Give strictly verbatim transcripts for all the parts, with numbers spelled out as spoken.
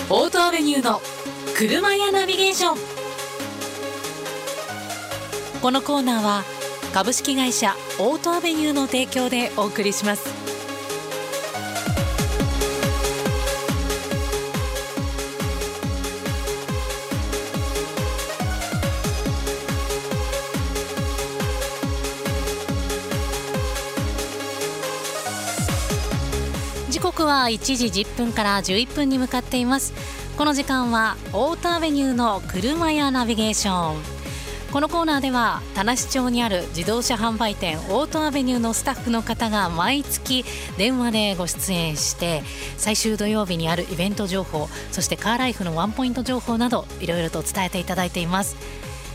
オートアベニューの車屋ナビゲーション。このコーナーは株式会社オートアベニューの提供でお送りします。時刻はいちじじゅっぷんからじゅういっぷんに向かっています。この時間はオートアベニューの車屋ナビゲーション。このコーナーでは田無町にある自動車販売店オートアベニューのスタッフの方が毎月電話でご出演して、最終土曜日にあるイベント情報、そしてカーライフのワンポイント情報などいろいろと伝えていただいています。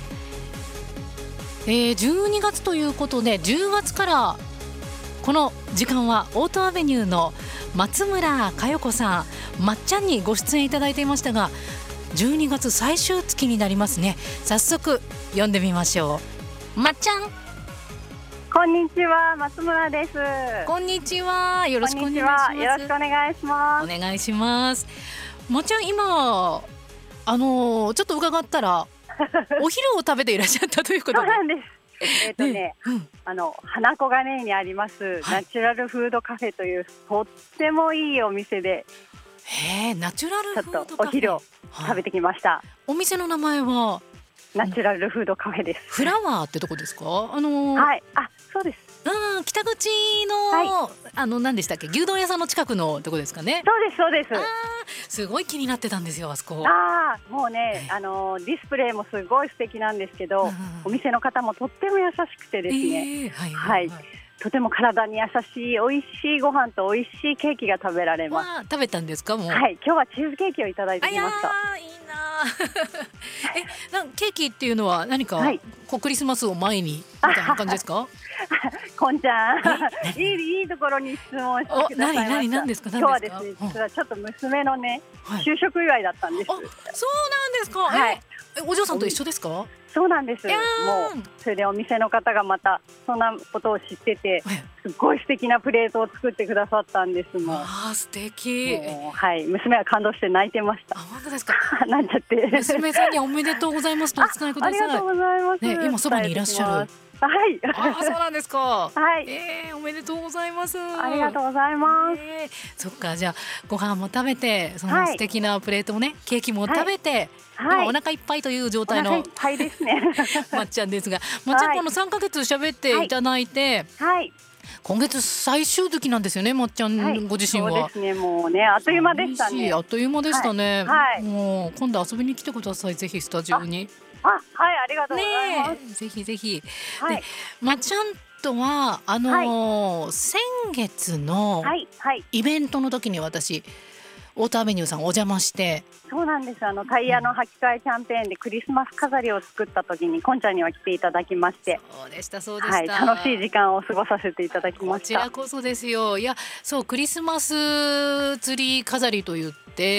えー、じゅうにがつということで、じゅうがつからこの時間はオートアベニューの松村佳代子さん、まっちゃんにご出演いただいていましたが、じゅうにがつ最終月になりますね。早速読んでみましょう。まっちゃん、 こんにちは、松村です。 こんにちは、よろしくお願いします。 よろしくお願いします。 お願いします。まっちゃん、今あのー、ちょっと伺ったらお昼を食べていらっしゃったということで。 そうなんです。えーとねねうん、あの花小金井にあります、はい、ナチュラルフードカフェというとってもいいお店で、 へー、ナチュラルフードカフェ、 ちょっとお昼を食べてきました、はい、 お店の名前はナチュラルフードカフェです。 フラワーってとこですか？あのー、 はい、あ、そうです。 うん、北口の、はい、あの何でしたっけ、牛丼屋さんの近くのとこですかね。 そうですそうです。 あ、すごい気になってたんですよ、あそこ。 あー、もうね、あのディスプレイもすごい素敵なんですけど、うん、お店の方もとっても優しくてですね、えー、はいはいはい、とても体に優しい美味しいご飯と美味しいケーキが食べられます。 食べたんですか？もう、はい、 今日はチーズケーキをいただいてきました。 あ、いいなえ、なんケーキっていうのは何か、はい、こうクリスマスを前にみたいな感じですか？ こんちゃんいい、いいところに質問してくださいました。何何ですか？今日はですね、実はちょっと娘のね、うん、就職祝いだったんです。あ、そうなんですか？はい、え、お嬢さんと一緒ですか？ そうなんです。もうそれでお店の方がまたそんなことを知ってて、すごい素敵なプレートを作ってくださったんですもん。 あ、素敵。 はい、娘は感動して泣いてました。 あ、本当ですか？ なんちゃって娘さんにおめでとうございますとお伝えください。 ありがとうございます、 ね、今そばにいらっしゃる。 はい。 あ、そうなんですか。 はい。 えー、おめでとうございます。 ありがとうございます。 えー、そっか、じゃあご飯も食べて、その素敵なプレートもね、ケーキも食べて、はい、お腹いっぱいという状態の、 はいですね、 まっちゃんですが、まっちゃん、このさんかげつ喋っていただいて、はいはい、今月最終月なんですよね、まっちゃん、はい、ご自身は。 そうですね、もうね、あっという間でしたね。 あっという間でしたね、 はいはい、 もう今度遊びに来てください、ぜひスタジオに。 あ、はい、ありがとうございます、 ね、ぜひぜひ、はい、でまっちゃんとはあのーはい、先月のイベントの時に私オートアベニューさんお邪魔して。 そうなんです。あのタイヤの履き替えキャンペーンでクリスマス飾りを作った時にこんちゃんには来ていただきまして。 そうでしたそうでした、 はい、楽しい時間を過ごさせていただきました。 こちらこそですよ。いや、そう、クリスマスツリー飾りと言って、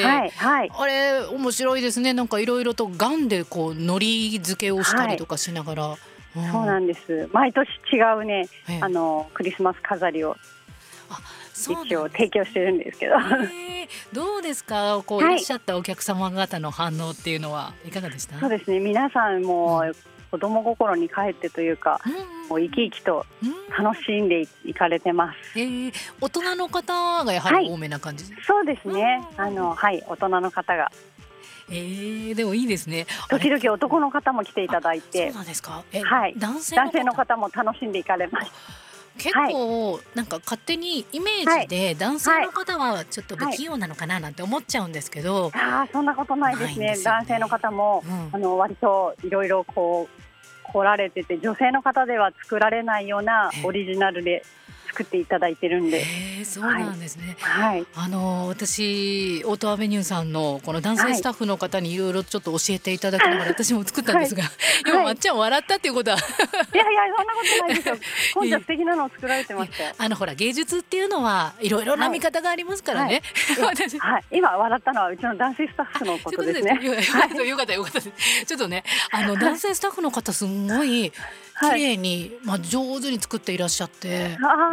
はいはい、 あれ面白いですね。なんかいろいろとガンでこう糊付けをしたりとかしながら、はい、 うん、そうなんです。毎年違うね、あのクリスマス飾りを一応提供してるんですけど、えー、どうですか、こういらっしゃったお客様方の反応っていうのはいかがでした？ そうですね、皆さんも子供心に帰ってというか、うん、もう生き生きと楽しんでいかれてます、 うん、えー、大人の方がやはり多めな感じ、はい、 そうですね、あの、はい、大人の方が、 えー、でもいいですね。 時々男の方も来ていただいて。 そうなんですか？え、 はい、 男性の方、 男性の方も楽しんでいかれます。 結構、はい、なんか勝手にイメージで男性の方はちょっと不器用なのかななんて思っちゃうんですけど、 はいはい、あ、そんなことないですね。ですよね、男性の方も、うん、あの割といろいろこう来られてて、女性の方では作られないようなオリジナルで作っていただいてるんで。 へー、そうなんですね、 はい、 あの私オートアベニューさんのこの男性スタッフの方にいろいろちょっと教えていただきながら私も作ったんですが、はい、今まっちゃん笑ったっていうことは、 いやいや、そんなことないですよ。今度は素敵なのを作られてましたよ。 あのほら、芸術っていうのはいろいろな見方がありますからね、 はいはいはい、今笑ったのはうちの男性スタッフのことですね。 よかったよかったよかったです。ちょっとね、あの男性スタッフの方すごい綺麗に、まあ、上手に作っていらっしゃって、 あ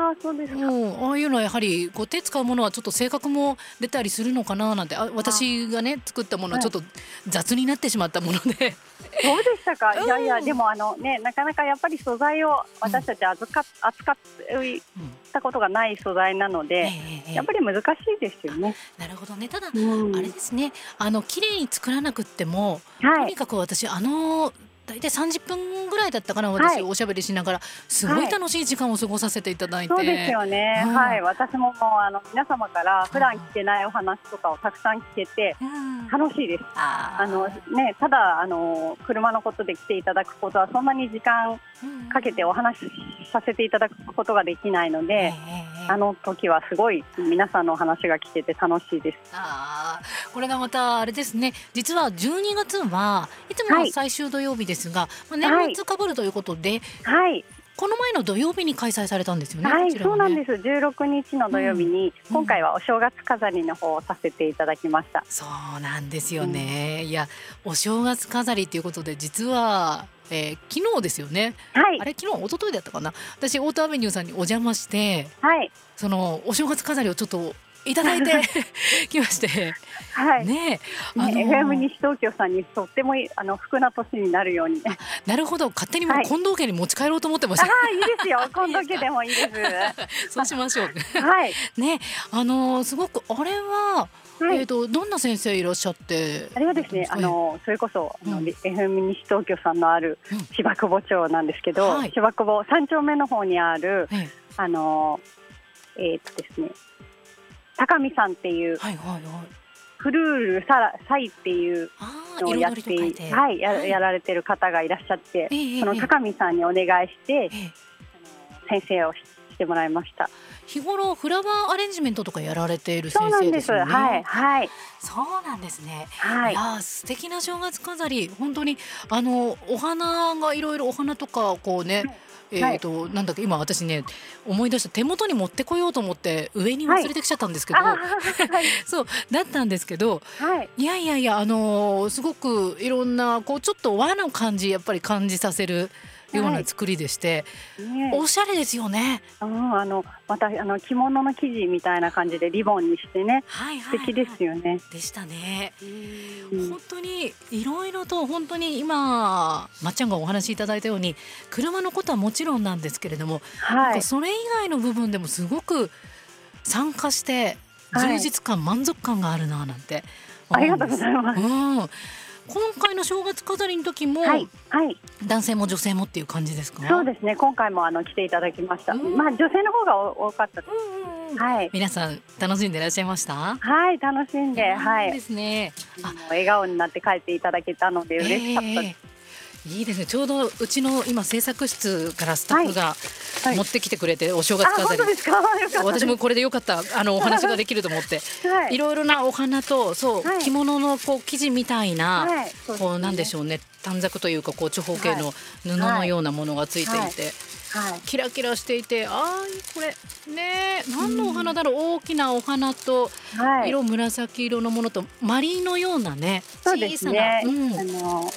ああ、そうですか。 うん、ああいうのはやはりこう手使うものはちょっと性格も出たりするのかななんて、あ、私がね作ったものはちょっと雑になってしまったもので、 そうでしたか。 うんいやいや、でもあのね、なかなかやっぱり素材を私たち扱っ、扱ったことがない素材なので、 ええええやっぱり難しいですよね。 なるほどね。ただ、 うんあれですね、あの綺麗に作らなくっても、とはいにかく私あの大体さんじゅっぷんぐらいだったかな、 はい私おしゃべりしながらすごい楽しい時間を過ごさせていただいて、 そうですよね、 うんはい、私ももうあの皆様から普段聞けないお話とかをたくさん聞けてうん楽しいです。 あーあのね、ただあの車のことで来ていただくことはそんなに時間かけてお話しさせていただくことができないので、 ええええあの時はすごい皆さんのお話が聞けて楽しいです。 あーこれがまたあれですね、実はじゅうにがつはいつもははい最終土曜日ですが、まあ、年末かぶるということで、 はい、 この前の土曜日に開催されたんですよね。 はい、 こちらはねそうなんです。じゅうろくにちの土曜日に、 うん今回はお正月飾りの方をさせていただきました。 そうなんですよね、いやお正月飾りということで実は、えー昨日ですよね。 はいあれ昨日一昨日だったかな、私オートアベニューさんにお邪魔してはいそのお正月飾りをちょっといただいてきましてはい、 ねえ、 ね、エフエム 西東京さんにとってもいいあの福な年になるように。 なるほど、勝手にもうはい近藤家に持ち帰ろうと思ってましあた。 あ、いいですよ。今度家でもいいでそうしましょうす。はい。 ね、あのーすごくあれは、 はいえーとどんな先生いらっしゃって。 あれはですね、あのそれこそ、あのうんエフエム 西東京さんのあるうん芝久保町なんですけど、 はい芝久保三丁目の方にあるええあのえーっとですね、高見さんっていうはいはいはい、 フルールサラサイっていうあのをやって彩りと書いて、 はい、やはいやられてる方がいらっしゃって、 ええその高見さんにお願いして、 ええあの先生をししてもらいました。 日頃フラワーアレンジメントとかやられている先そうなんです。 生ですよね。 はいはいそうなんですね。 はいいやー素敵な正月飾り、本当にあのお花がいろいろお花とかこうね、えーとなんだっけ、今私ね思い出した、手元に持ってこようと思って上に忘れてきちゃったんですけど、 あーはいそうだったんですけど、 はいいやいやいや、あのーすごくいろんなこうちょっと和の感じやっぱり感じさせるようはない作りでして、 ねおしゃれですよね。 うん、あのまたあの着物の生地みたいな感じでリボンにしてね、 はいはい、 素敵ですよね。 でしたね。 うん本当にいろいろと本当に今まっちゃんがお話しいただいたように車のことはもちろんなんですけれども、なんはいかそれ以外の部分でもすごく参加して充実感、満足感があるななんてありがとう思うんです。 ございます。 うん今回の正月飾りの時も、 はいはい、 男性も女性もっていう感じですか？ そうですね。今回もあの来ていただきました。 うんまあ女性の方が多かったです。 うんうんうんはい皆さん楽しんでいらっしゃいました？ はい、楽しんで、はいで、すね。あもう笑顔になって帰っていただけたので嬉しかったです。 ええいいですね。ちょうどうちの今制作室からスタッフがはい持ってきてくれて、お正月あ、 飾り、 本当ですか。よかったです私もこれでよかった、あのお話ができると思ってはいいろいろなお花とそう、 はい着物のこう生地みたいな、 はいそうですねこうなんでしょうね、短冊というかこう長方形の布のようなものがついていて、 はい。 キラキラしていて、あーこれね何のお花だろう、大きなお花とはい。 色紫色のものとマリーのようなね、 そうですね。 小さな、うんあの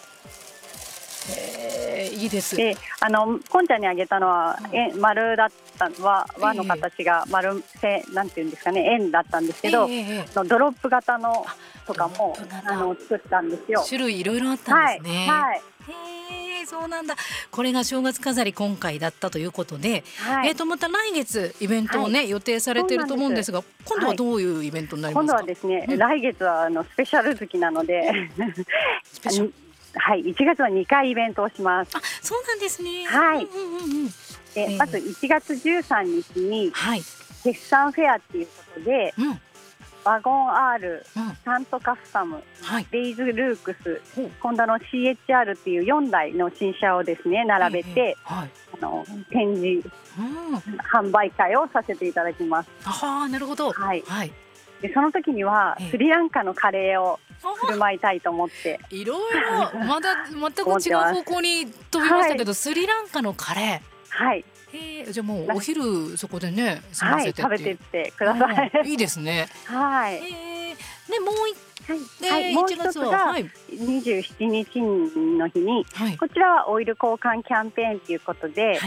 えーいいです。 で、あのこんちゃんにあげたのは、え丸だった輪輪のええ形が丸せなんていうんですかね、円だったんですけど、 ええええのドロップ型のとかもドロップ型あの作ったんですよ。 種類いろいろあったんはいですね。 はいへえ、そうなんだ。これが正月飾り今回だったということで、 はい。 えっ、とまた来月イベントをね、予定されていると思うんですが、今度はどういうイベントになりま今すか？ 度はですね、 うん来月はあのスペシャル月なので、 スペシャル。 はい、いちがつはにかいイベントをします。 あ、そうなんですね。 はいうんうんうんうん。 で、 ええまずいちがつじゅうさんにちにはい。 決算フェアっていうことで、 うんうんワゴン R、サントカスタム、 はい。 レイズルークス、 ほうホンダの シーエイチアール っていうよんだいの新車をですね並べて、 ええはい。 あの展示うん。 販売会をさせていただきます。 ああ、なるほど。 はいはい。 でその時にはええスリランカのカレーをあ振る舞いたいと思って、 いろいろまだ全く違う方向に飛びましたけど、スリランカのカレはい、 ー。えー、じゃあもうお昼そこでね済まはい、 せて食べてってください。 うんいいですね。 はい、 えー、でもう一はい、 で、 もう 1月一つがははいにじゅうしちにちの日に、 はいこちらはオイル交換キャンペーンということで、 はい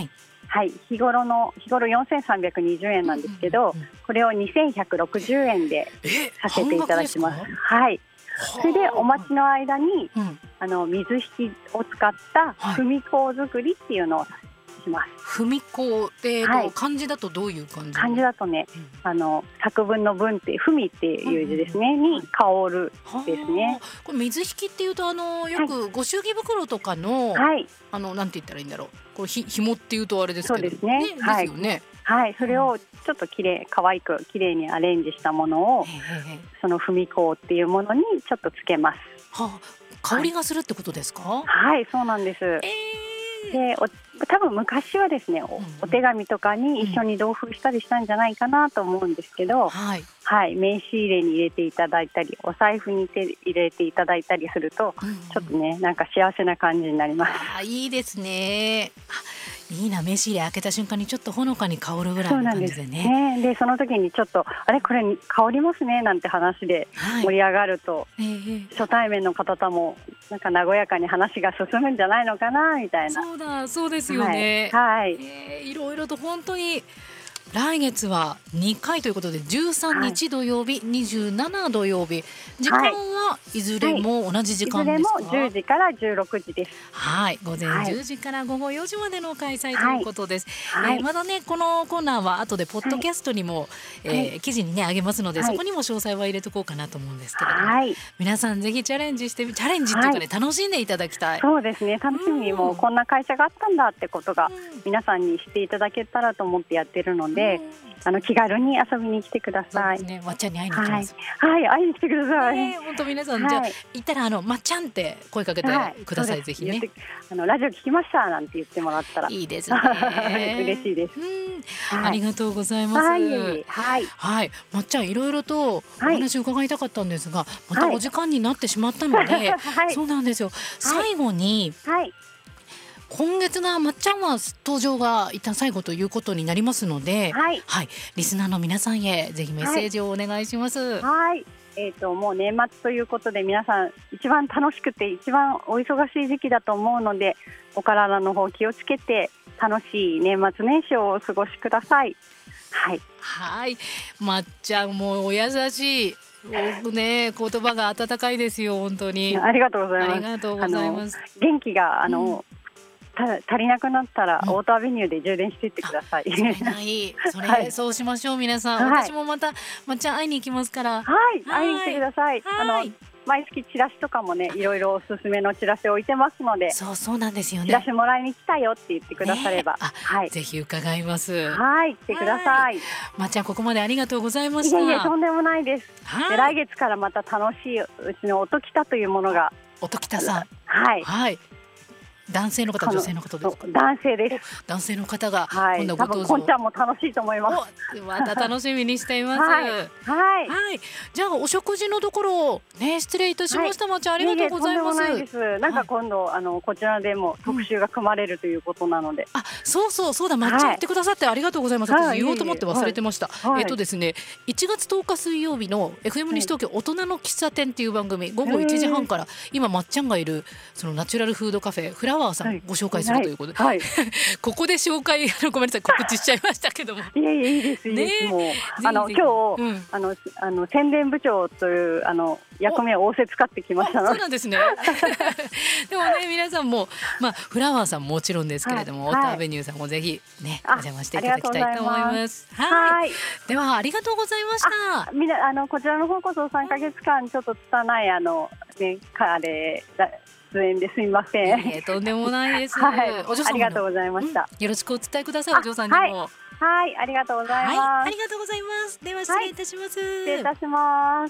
はい、日頃の日頃よんせんさんびゃくにじゅうえんなんですけど、うんうんうん、これをにせんひゃくろくじゅうえんでさせていただきます。はい。それでお待ちの間に、うん、あの水引を使ったふみ粉作りっていうのをします。 ふみ粉で、はい、漢字だとどういう感じ？ 漢字だとね、うん、あの作文の文ってふみっていう字ですね、うん、に香るですね。 これ水引っていうとあのよくご祝儀袋とかの、はい、あのなんて言ったらいいんだろう、これひ紐っていうとあれですけど、 そうですね、ね、 ですよね。 はい、それをちょっときれい可愛くきれいにアレンジしたものをそのふみ粉っていうものにちょっとつけます。 はあ、香りがするってことですか？ はい、はい、そうなんです。えー、でお多分昔はですね、お、うんうん、お手紙とかに一緒に同封したりしたんじゃないかなと思うんですけど、うん、はい、はい、名刺入れに入れていただいたりお財布に入れていただいたりすると、うんうん、ちょっとねなんか幸せな感じになります。 あ、いいですね。いいな、名刺入れ開けた瞬間にちょっとほのかに香るぐらいの感じでね。そうなんですね。 でその時にちょっとあれこれ香りますねなんて話で盛り上がると、はい、えー、初対面の方ともなんか和やかに話が進むんじゃないのかなみたいな。 そうだそうですよね。 はい、はい、 えー、いろいろと本当に来月はにかいということでじゅうさんにち土曜日、はい、にじゅうしち土曜日、時間はいずれも同じ時間ですか？ いずれもじゅうじからじゅうろくじです。 はい、午前じゅうじから午後よじまでの開催ということです。はい、えー、まだねこのコーナーは後でポッドキャストにも、はい、えー、記事にね上げますので、はい、そこにも詳細は入れておこうかなと思うんですけれども、はい、皆さんぜひチャレンジしてチャレンジっていうかね、はい、楽しんでいただきたい。 そうですね、楽しみにもうこんな会社があったんだってことが皆さんに知っていただけたらと思ってやってるので、あの気軽に遊びに来てください。 そうですね、まっちゃんに会いに来ます。 はい、はい、会いに来てください。 ね、本当皆さん、はい、じゃあ行ったらあのまっちゃんって声かけてください、はい、ぜひね。 あのラジオ聞きましたなんて言ってもらったらいいですね。 嬉しいです。 うん、はい、ありがとうございます。はい、 はい、 はい、まっちゃんいろいろとお話を伺いたかったんですが、またお時間になってしまったので、はい、そうなんですよ。最後に。はい、今月のまっちゃんは登場が一旦最後ということになりますので、はい、はい、リスナーの皆さんへぜひメッセージをお願いします。 はい、はい、えーと、もう年末ということで皆さん一番楽しくて一番お忙しい時期だと思うので、お体の方気をつけて楽しい年末年始をお過ごしください。はい、 はい、まっちゃんもお優しいね、言葉が温かいですよ本当に。 ありがとうございます。 ありがとうございます。 元気があの、うん、足りなくなったら、うん、オートアベニューで充電していってください。 それがいい。それ、はい、そうしましょう皆さん、はい、私もまたまっちゃん会いに行きますから。 はい、会いに来てください。あの毎月チラシとかもね、いろいろおすすめのチラシを置いてますので、 そうそうなんですよね。 チラシもらいに来たよって言ってくだされば、ね、 はい、ぜひ伺います。 はい、来てください。 まっちゃんここまでありがとうございました。 いえいえ、とんでもないです。で来月からまた楽しいうちの音喜多というものが、 音喜多さん、 はい、 はい、男性の方女性の方ですか？ 男性です。 男性の方が今度ご登場、はい、多分こんちゃんも楽しいと思います。 また楽しみにしています。 はい、はいはい、じゃあお食事のところね、失礼いたしました。まっちゃんありがとうございます。 いえいえ、とんでもないです。なんか今度、はい、あのこちらでも特集が組まれるということなので、 うん、あ、そうそうそうだ、まっちゃん言ってくださってありがとうございます。はい、私言おうと思って忘れてました。はい、えっとですね、いちがつとおか水曜日の エフエム 西東京大人の喫茶店っていう番組、午後いちじはんから今まっちゃんがいるそのナチュラルフードカフェフラワーさんご紹介するということで、はいはい、ここで紹介ごめんなさい告知しちゃいましたけども、 いやいやいいですいいです、ね、もうあの今日、うん、あのあの宣伝部長というあの役目を仰せつかってきましたので。 そうなんですねでもね皆さんも、まあ、フラワーさんももちろんですけれども、はい、オーターアベニューさんもぜひねお邪魔していただきたいと思います。はい、ではありがとうございました。 みなあのこちらの方こそさんかげつかんちょっと拙いあのねあれ出演ですみません。 えー、とんでもないです。 はい、お嬢さんありがとうございました、 うん。よろしくお伝えください。お嬢さんにも。はい、 はい、ありがとうございます、 はい。ありがとうございます。では失礼いたします。はい、 失礼いたします。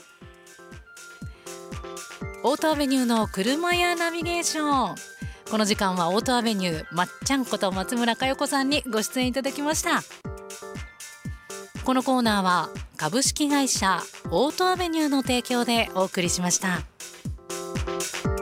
オートアベニューの車屋ナビゲーション。この時間はオートアベニューまっちゃんこと松村佳代子さんにご出演いただきました。このコーナーは株式会社オートアベニューの提供でお送りしました。